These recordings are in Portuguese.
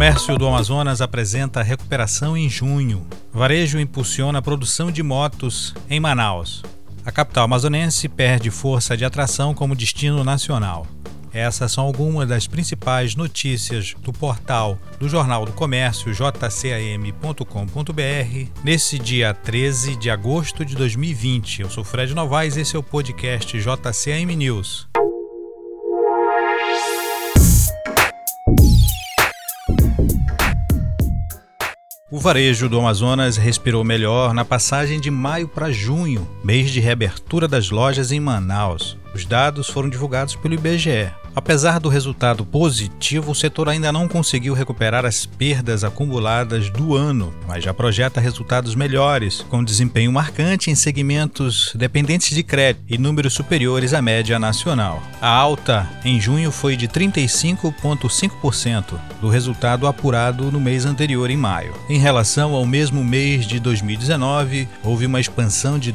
Comércio do Amazonas apresenta recuperação em junho. Varejo impulsiona a produção de motos em Manaus. A capital amazonense perde força de atração como destino nacional. Essas são algumas das principais notícias do portal do Jornal do Comércio, jcam.com.br, nesse dia 13 de agosto de 2020. Eu sou Fred Novaes e esse é o podcast JCM News. O varejo do Amazonas respirou melhor na passagem de maio para junho, mês de reabertura das lojas em Manaus. Os dados foram divulgados pelo IBGE. Apesar do resultado positivo, o setor ainda não conseguiu recuperar as perdas acumuladas do ano, mas já projeta resultados melhores, com desempenho marcante em segmentos dependentes de crédito e números superiores à média nacional. A alta em junho foi de 35,5% do resultado apurado no mês anterior, em maio. Em relação ao mesmo mês de 2019, houve uma expansão de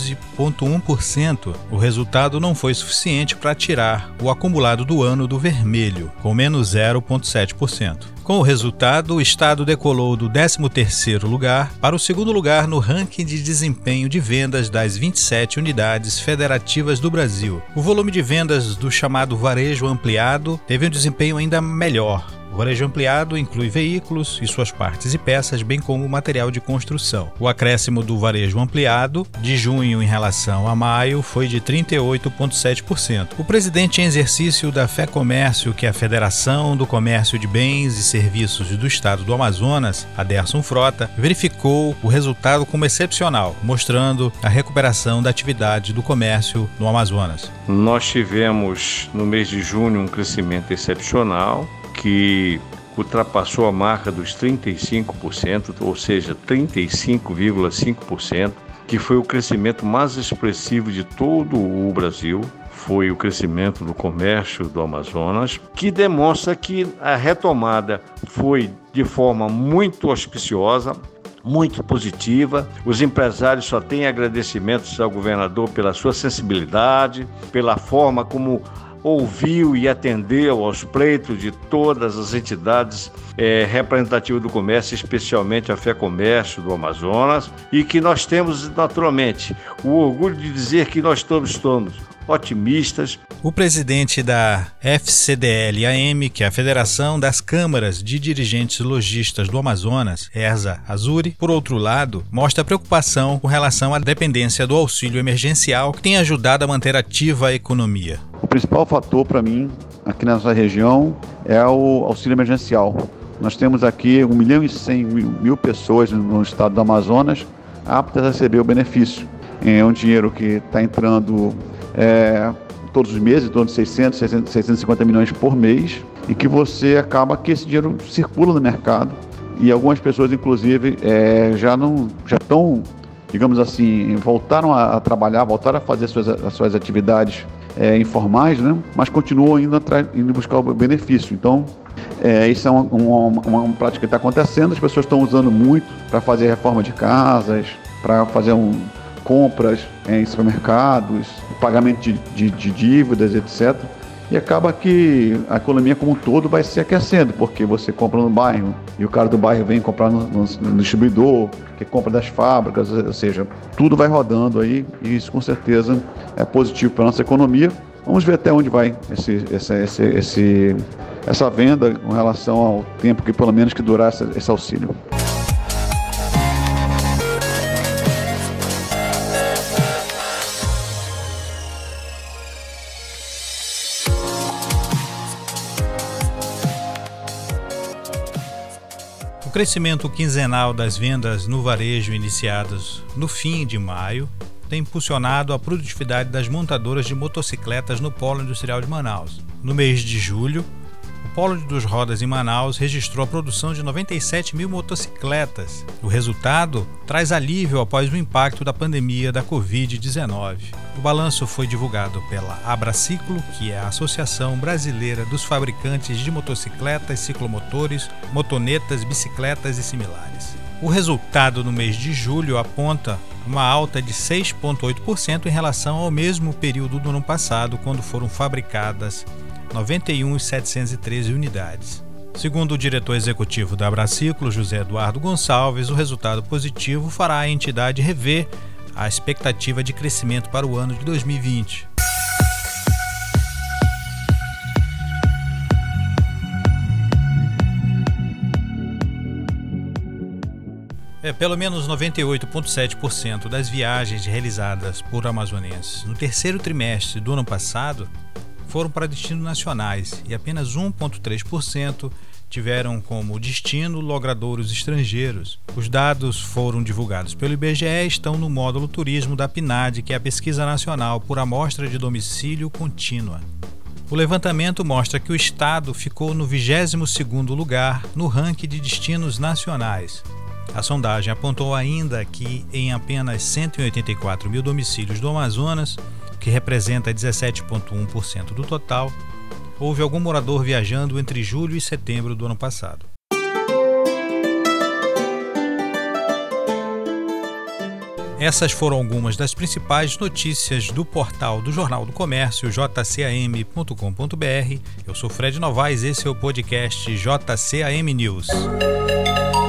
12,1%. O resultado não foi suficiente para tirar o acumulado do ano do vermelho, com menos 0,7%. Com o resultado, o estado decolou do 13º lugar para o segundo lugar no ranking de desempenho de vendas das 27 unidades federativas do Brasil. O volume de vendas do chamado varejo ampliado teve um desempenho ainda melhor. O varejo ampliado inclui veículos e suas partes e peças, bem como material de construção. O acréscimo do varejo ampliado de junho em relação a maio foi de 38,7%. O presidente em exercício da FEComércio, que é a Federação do Comércio de Bens e Serviços do Estado do Amazonas, Aderson Frota, verificou o resultado como excepcional, mostrando a recuperação da atividade do comércio no Amazonas. Nós tivemos no mês de junho um crescimento excepcional, que ultrapassou a marca dos 35%, ou seja, 35,5%, que foi o crescimento mais expressivo de todo o Brasil. Foi o crescimento do comércio do Amazonas, que demonstra que a retomada foi de forma muito auspiciosa, muito positiva. Os empresários só têm agradecimentos ao governador pela sua sensibilidade, pela forma como ouviu e atendeu aos pleitos de todas as entidades representativas do comércio, especialmente a FEComércio do Amazonas, e que nós temos, naturalmente, o orgulho de dizer que nós todos estamos otimistas. O presidente da FCDL-AM, que é a Federação das Câmaras de Dirigentes Lojistas do Amazonas, Erza Azuri, por outro lado, mostra preocupação com relação à dependência do auxílio emergencial, que tem ajudado a manter ativa a economia. O principal fator para mim, aqui nessa região, é o auxílio emergencial. Nós temos aqui 1.100.000 pessoas no estado do Amazonas aptas a receber o benefício. É um dinheiro que está entrando todos os meses, em torno de 650 milhões por mês, e que você acaba que esse dinheiro circula no mercado, e algumas pessoas, inclusive, já estão, digamos assim, voltaram a trabalhar, voltaram a fazer as suas atividades informais, né? Mas continuam indo buscar o benefício. Então, isso é uma prática que está acontecendo. As pessoas estão usando muito para fazer reforma de casas, para fazer compras em supermercados, pagamento de dívidas, etc. E acaba que a economia como um todo vai se aquecendo, porque você compra no bairro e o cara do bairro vem comprar no distribuidor, que compra das fábricas, ou seja, tudo vai rodando aí, e isso com certeza é positivo para a nossa economia. Vamos ver até onde vai essa venda com relação ao tempo que pelo menos que durar esse auxílio. O crescimento quinzenal das vendas no varejo iniciadas no fim de maio tem impulsionado a produtividade das montadoras de motocicletas no Polo Industrial de Manaus. No mês de julho, o Polo dos Rodas em Manaus registrou a produção de 97.000 motocicletas. O resultado traz alívio após o impacto da pandemia da Covid-19. O balanço foi divulgado pela Abraciclo, que é a Associação Brasileira dos Fabricantes de Motocicletas, Ciclomotores, Motonetas, Bicicletas e similares. O resultado no mês de julho aponta uma alta de 6,8% em relação ao mesmo período do ano passado, quando foram fabricadas 91.713 unidades. Segundo o diretor executivo da Abraciclo, José Eduardo Gonçalves, o resultado positivo fará a entidade rever a expectativa de crescimento para o ano de 2020. Pelo menos 98,7% das viagens realizadas por amazonenses no terceiro trimestre do ano passado foram para destinos nacionais e apenas 1,3% tiveram como destino logradouros estrangeiros. Os dados foram divulgados pelo IBGE e estão no módulo Turismo da PNAD, que é a Pesquisa Nacional por Amostra de Domicílio Contínua. O levantamento mostra que o estado ficou no 22º lugar no ranking de destinos nacionais. A sondagem apontou ainda que em apenas 184 mil domicílios do Amazonas, que representa 17,1% do total, houve algum morador viajando entre julho e setembro do ano passado. Essas foram algumas das principais notícias do portal do Jornal do Comércio, jcam.com.br. Eu sou Fred Novaes, esse é o podcast JCAM News.